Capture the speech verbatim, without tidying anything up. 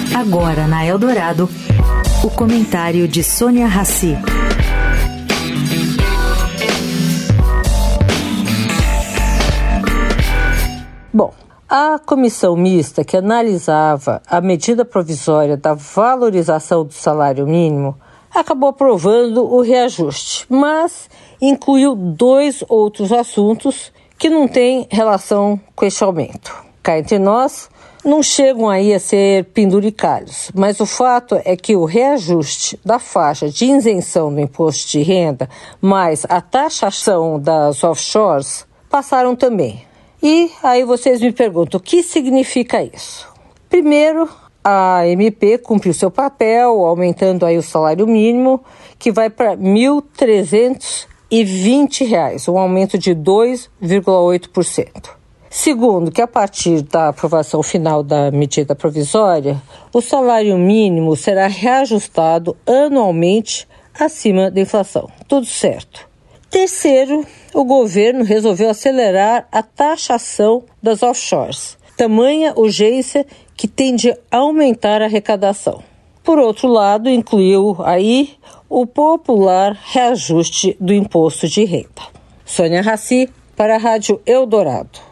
Agora na Eldorado, o comentário de Sônia Rassi. Bom, a comissão mista que analisava a medida provisória da valorização do salário mínimo acabou aprovando o reajuste, mas incluiu dois outros assuntos que não têm relação com esse aumento. Cá entre nós, não chegam aí a ser penduricalhos, mas o fato é que o reajuste da faixa de isenção do imposto de renda mais a taxação das offshores passaram também. E aí vocês me perguntam, o que significa isso? Primeiro, a M P cumpriu seu papel, aumentando aí o salário mínimo, que vai para mil trezentos e vinte reais, um aumento de dois vírgula oito por cento. Segundo, que a partir da aprovação final da medida provisória, o salário mínimo será reajustado anualmente acima da inflação. Tudo certo. Terceiro, o governo resolveu acelerar a taxação das offshores. Tamanha urgência que tende a aumentar a arrecadação. Por outro lado, incluiu aí o popular reajuste do imposto de renda. Sônia Rassi, para a Rádio Eldorado.